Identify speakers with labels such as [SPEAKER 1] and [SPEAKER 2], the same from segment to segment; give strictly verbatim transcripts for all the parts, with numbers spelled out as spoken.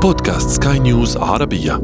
[SPEAKER 1] بودكاست سكاي نيوز عربية.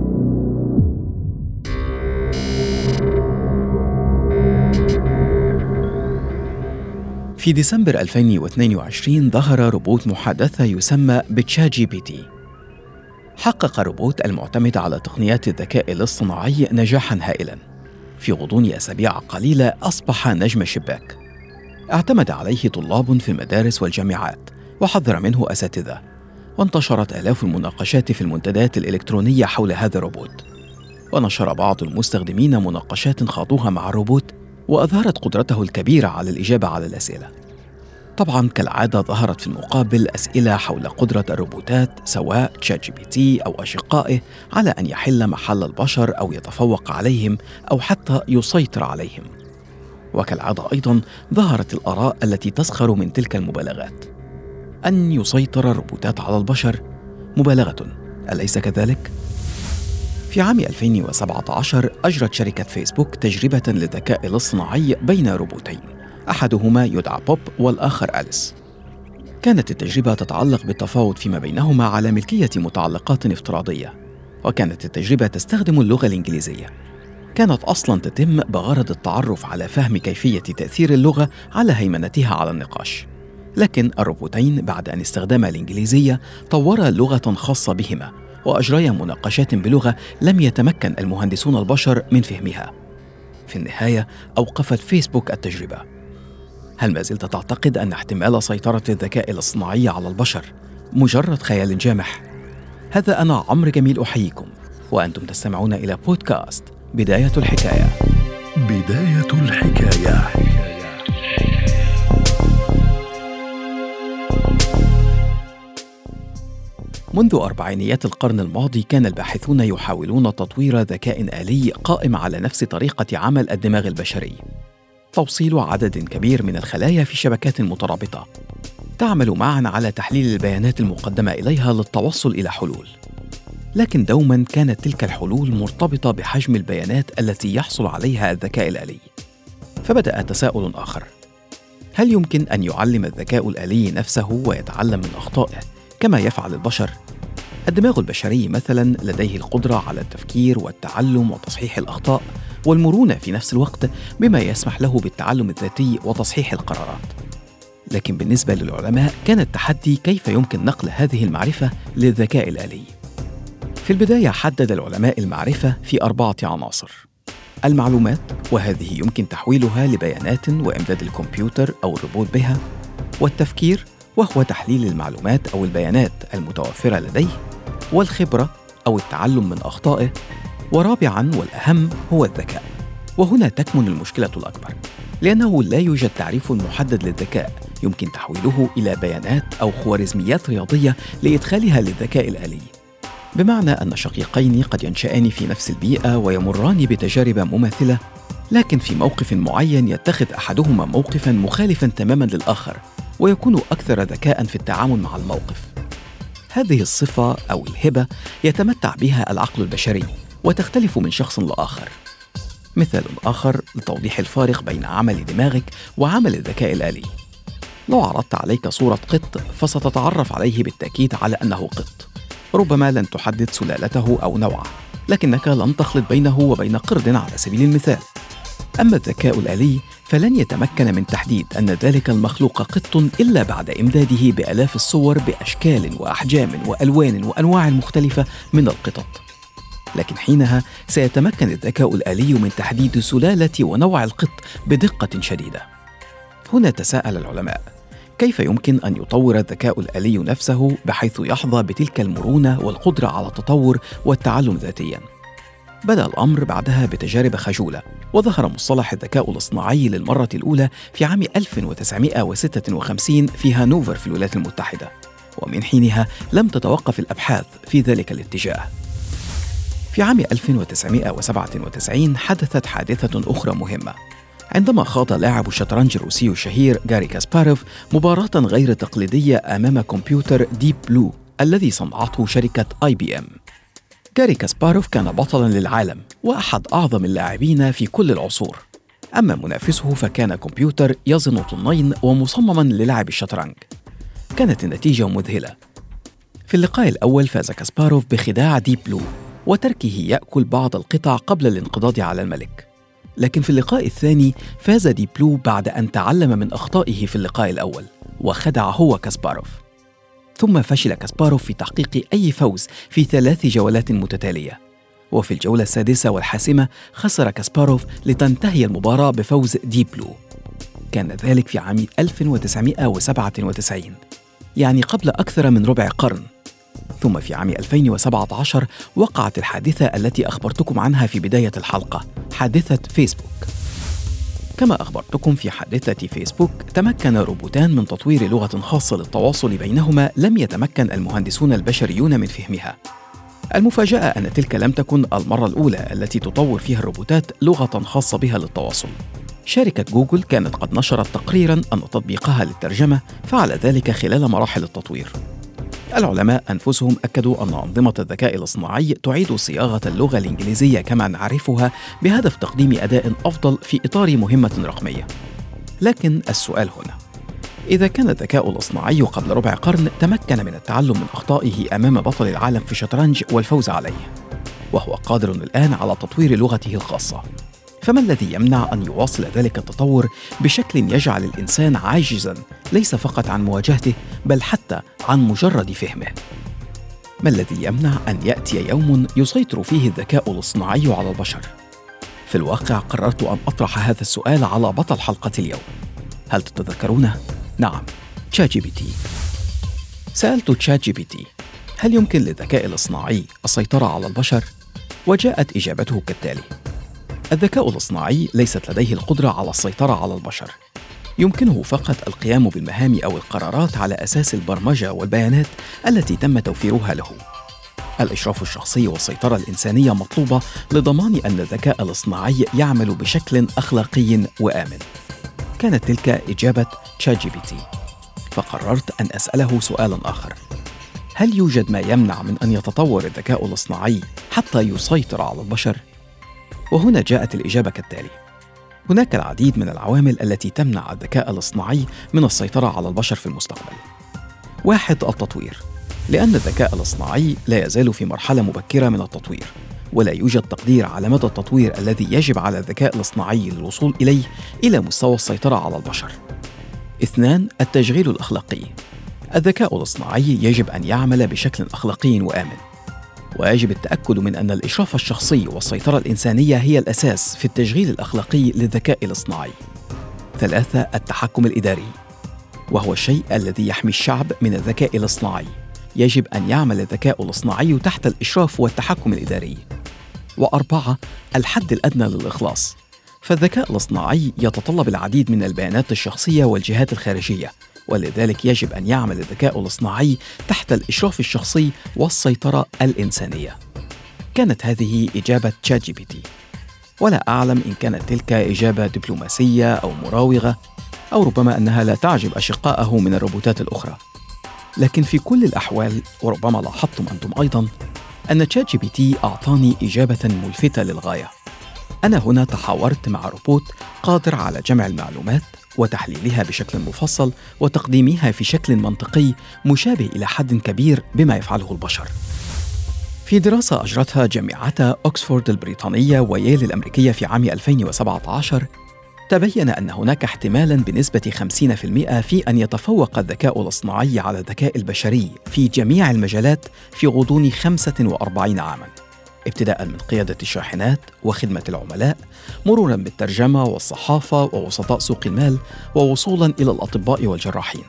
[SPEAKER 1] في ديسمبر ألفين واثنين وعشرين ظهر روبوت محادثة يسمى بتشات جي بي تي. حقق الروبوت المعتمد على تقنيات الذكاء الاصطناعي نجاحاً هائلاً. في غضون أسابيع قليلة أصبح نجم شباك. اعتمد عليه طلاب في المدارس والجامعات، وحذر منه أساتذة، وانتشرت آلاف المناقشات في المنتديات الإلكترونية حول هذا الروبوت. ونشر بعض المستخدمين مناقشات خاضوها مع الروبوت، وأظهرت قدرته الكبيرة على الإجابة على الأسئلة. طبعاً كالعادة ظهرت في المقابل أسئلة حول قدرة الروبوتات سواء تشات جي بي تي أو أشقائه على أن يحل محل البشر أو يتفوق عليهم أو حتى يسيطر عليهم. وكالعادة أيضاً ظهرت الآراء التي تسخر من تلك المبالغات. أن يسيطر الروبوتات على البشر مبالغة، أليس كذلك؟ في عام ألفين وسبعة عشر أجرت شركة فيسبوك تجربة للذكاء الاصطناعي بين روبوتين، أحدهما يدعى بوب والآخر أليس. كانت التجربة تتعلق بالتفاوض فيما بينهما على ملكية متعلقات افتراضية، وكانت التجربة تستخدم اللغة الإنجليزية. كانت أصلاً تتم بغرض التعرف على فهم كيفية تأثير اللغة على هيمنتها على النقاش. لكن الروبوتين بعد أن استخدما الإنجليزية طورا لغة خاصة بهما، وأجريا مناقشات بلغة لم يتمكن المهندسون البشر من فهمها. في النهاية أوقفت فيسبوك التجربة. هل ما زلت تعتقد أن احتمال سيطرة الذكاء الاصطناعي على البشر مجرد خيال جامح؟ هذا أنا عمرو جميل أحييكم، وأنتم تستمعون إلى بودكاست بداية الحكاية.
[SPEAKER 2] بداية الحكاية.
[SPEAKER 1] منذ أربعينيات القرن الماضي كان الباحثون يحاولون تطوير ذكاء آلي قائم على نفس طريقة عمل الدماغ البشري. توصيل عدد كبير من الخلايا في شبكات مترابطة تعمل معا على تحليل البيانات المقدمة إليها للتوصل إلى حلول. لكن دوما كانت تلك الحلول مرتبطة بحجم البيانات التي يحصل عليها الذكاء الآلي. فبدأ تساؤل آخر: هل يمكن أن يعلم الذكاء الآلي نفسه ويتعلم من أخطائه كما يفعل البشر؟ الدماغ البشري مثلا لديه القدرة على التفكير والتعلم وتصحيح الأخطاء والمرونة في نفس الوقت، بما يسمح له بالتعلم الذاتي وتصحيح القرارات. لكن بالنسبة للعلماء كان التحدي كيف يمكن نقل هذه المعرفة للذكاء الآلي. في البداية حدد العلماء المعرفة في أربعة عناصر: المعلومات، وهذه يمكن تحويلها لبيانات وإمداد الكمبيوتر أو الروبوت بها، والتفكير، وهو تحليل المعلومات أو البيانات المتوفرة لديه، والخبرة أو التعلم من أخطائه، ورابعاً والأهم هو الذكاء. وهنا تكمن المشكلة الأكبر، لأنه لا يوجد تعريف محدد للذكاء يمكن تحويله إلى بيانات أو خوارزميات رياضية لإدخالها للذكاء الآلي. بمعنى أن شقيقين قد ينشأان في نفس البيئة ويمران بتجارب مماثلة، لكن في موقف معين يتخذ أحدهما موقفاً مخالفاً تماماً للآخر، ويكون أكثر ذكاء في التعامل مع الموقف. هذه الصفة أو الهبة يتمتع بها العقل البشري، وتختلف من شخص لآخر. مثال آخر لتوضيح الفارق بين عمل دماغك وعمل الذكاء الآلي: لو عرضت عليك صورة قط فستتعرف عليه بالتأكيد على أنه قط. ربما لن تحدد سلالته أو نوعه، لكنك لن تخلط بينه وبين قرد على سبيل المثال. أما الذكاء الآلي فلن يتمكن من تحديد أن ذلك المخلوق قط إلا بعد إمداده بآلاف الصور بأشكال وأحجام وألوان وأنواع مختلفة من القطط. لكن حينها سيتمكن الذكاء الآلي من تحديد سلالة ونوع القط بدقة شديدة. هنا تساءل العلماء: كيف يمكن أن يطور الذكاء الآلي نفسه بحيث يحظى بتلك المرونة والقدرة على التطور والتعلم ذاتياً؟ بدأ الأمر بعدها بتجارب خجولة، وظهر مصطلح الذكاء الاصطناعي للمرة الأولى في عام ألف وتسعمائة وستة وخمسين في هانوفر في الولايات المتحدة، ومن حينها لم تتوقف الأبحاث في ذلك الاتجاه. في عام ألف وتسعمائة وسبعة وتسعين حدثت حادثة أخرى مهمة، عندما خاض لاعب الشطرنج الروسي الشهير غاري كاسباروف مباراة غير تقليدية أمام كمبيوتر ديب بلو الذي صنعته شركة آي بي إم. غاري كاسباروف كان بطلاً للعالم وأحد أعظم اللاعبين في كل العصور، أما منافسه فكان كمبيوتر يزن طنين ومصمماً للعب الشطرنج. كانت النتيجة مذهلة. في اللقاء الأول فاز كاسباروف بخداع ديب بلو وتركه يأكل بعض القطع قبل الانقضاض على الملك. لكن في اللقاء الثاني فاز ديب بلو بعد أن تعلم من أخطائه في اللقاء الأول وخدع هو كاسباروف. ثم فشل كاسباروف في تحقيق أي فوز في ثلاث جولات متتالية، وفي الجولة السادسة والحاسمة خسر كاسباروف لتنتهي المباراة بفوز ديب بلو. كان ذلك في عام ألف وتسعمائة وسبعة وتسعين، يعني قبل أكثر من ربع قرن. ثم في عام ألفين وسبعة عشر وقعت الحادثة التي أخبرتكم عنها في بداية الحلقة، حادثة فيسبوك. كما أخبرتكم في حادثة فيسبوك، تمكن روبوتان من تطوير لغة خاصة للتواصل بينهما لم يتمكن المهندسون البشريون من فهمها. المفاجأة أن تلك لم تكن المرة الأولى التي تطور فيها الروبوتات لغة خاصة بها للتواصل. شركة جوجل كانت قد نشرت تقريراً أن تطبيقها للترجمة فعل ذلك خلال مراحل التطوير. العلماء أنفسهم أكدوا أن أنظمة الذكاء الاصطناعي تعيد صياغة اللغة الإنجليزية كما نعرفها بهدف تقديم أداء أفضل في إطار مهمة رقمية. لكن السؤال هنا: إذا كان الذكاء الاصطناعي قبل ربع قرن تمكن من التعلم من أخطائه أمام بطل العالم في الشطرنج والفوز عليه، وهو قادر الآن على تطوير لغته الخاصة، فما الذي يمنع أن يواصل ذلك التطور بشكل يجعل الإنسان عاجزاً ليس فقط عن مواجهته بل حتى عن مجرد فهمه؟ ما الذي يمنع أن يأتي يوم يسيطر فيه الذكاء الاصطناعي على البشر؟ في الواقع قررت أن أطرح هذا السؤال على بطل حلقة اليوم. هل تتذكرونه؟ نعم، تشات جي بي تي. سألت تشات جي بي تي: هل يمكن للذكاء الاصطناعي السيطرة على البشر؟ وجاءت إجابته كالتالي: الذكاء الاصطناعي ليست لديه القدرة على السيطرة على البشر، يمكنه فقط القيام بالمهام أو القرارات على أساس البرمجة والبيانات التي تم توفيرها له. الإشراف الشخصي والسيطرة الإنسانية مطلوبة لضمان أن الذكاء الاصطناعي يعمل بشكل أخلاقي وآمن. كانت تلك إجابة تشات جي بي تي. فقررت أن أسأله سؤالاً آخر: هل يوجد ما يمنع من أن يتطور الذكاء الاصطناعي حتى يسيطر على البشر؟ وهنا جاءت الإجابة كالتالي: هناك العديد من العوامل التي تمنع الذكاء الاصطناعي من السيطرة على البشر في المستقبل. واحد، التطوير، لأن الذكاء الاصطناعي لا يزال في مرحلة مبكرة من التطوير، ولا يوجد تقدير على مدى التطوير الذي يجب على الذكاء الاصطناعي للوصول إليه إلى مستوى السيطرة على البشر. اثنان، التشغيل الأخلاقي. الذكاء الاصطناعي يجب أن يعمل بشكل أخلاقي وآمن، ويجب التأكد من أن الإشراف الشخصي والسيطرة الإنسانية هي الأساس في التشغيل الأخلاقي للذكاء الاصطناعي. ثلاثة، التحكم الإداري، وهو الشيء الذي يحمي الشعب من الذكاء الاصطناعي. يجب أن يعمل الذكاء الاصطناعي تحت الإشراف والتحكم الإداري. وأربعة، الحد الأدنى للإخلاص، فالذكاء الاصطناعي يتطلب العديد من البيانات الشخصية والجهات الخارجية، ولذلك يجب أن يعمل الذكاء الاصطناعي تحت الإشراف الشخصي والسيطرة الإنسانية. كانت هذه إجابة تشات جي بي تي، ولا أعلم إن كانت تلك إجابة دبلوماسية أو مراوغة، أو ربما أنها لا تعجب أشقائه من الروبوتات الأخرى. لكن في كل الأحوال، وربما لاحظتم أنتم أيضاً، أن تشات جي بي تي أعطاني إجابة ملفتة للغاية. أنا هنا تحاورت مع روبوت قادر على جمع المعلومات وتحليلها بشكل مفصل وتقديمها في شكل منطقي مشابه إلى حد كبير بما يفعله البشر. في دراسة أجرتها جامعتا أكسفورد البريطانية وييل الأمريكية في عام ألفين وسبعة عشر، تبين أن هناك احتمالاً بنسبة خمسين بالمئة في أن يتفوق الذكاء الاصطناعي على الذكاء البشري في جميع المجالات في غضون خمسة وأربعين عاماً، ابتداءً من قيادة الشاحنات وخدمة العملاء، مروراً بالترجمة والصحافة ووسطاء سوق المال، ووصولاً إلى الأطباء والجراحين.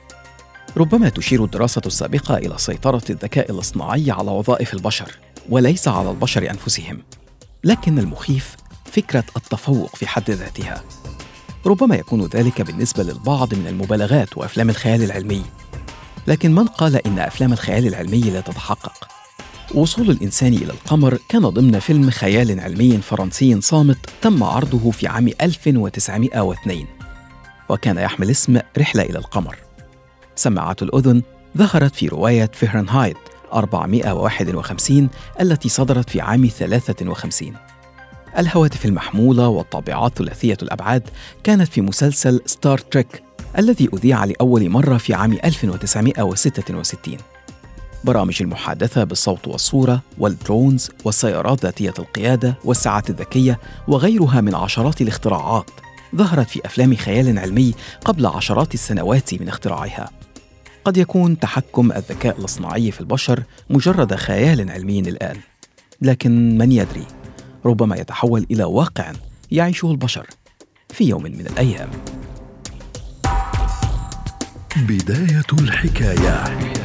[SPEAKER 1] ربما تشير الدراسة السابقة إلى سيطرة الذكاء الاصطناعي على وظائف البشر وليس على البشر أنفسهم، لكن المخيف فكرة التفوق في حد ذاتها. ربما يكون ذلك بالنسبة للبعض من المبالغات وأفلام الخيال العلمي، لكن من قال إن أفلام الخيال العلمي لا تتحقق؟ وصول الإنسان إلى القمر كان ضمن فيلم خيال علمي فرنسي صامت تم عرضه في عام ألف وتسعمائة واثنين، وكان يحمل اسم رحلة إلى القمر. سماعات الأذن ظهرت في رواية فهرنهايت أربعمائة وواحد وخمسين التي صدرت في عام ثلاثة وخمسين. الهواتف المحمولة والطابعات ثلاثية الأبعاد كانت في مسلسل ستار تريك الذي أذيع لأول مرة في عام ألف وتسعمائة وستة وستين. برامج المحادثة بالصوت والصورة والدرونز والسيارات ذاتية القيادة والساعات الذكية وغيرها من عشرات الاختراعات ظهرت في أفلام خيال علمي قبل عشرات السنوات من اختراعها. قد يكون تحكم الذكاء الاصطناعي في البشر مجرد خيال علمي الآن، لكن من يدري، ربما يتحول إلى واقع يعيشه البشر في يوم من الأيام.
[SPEAKER 2] بداية الحكاية.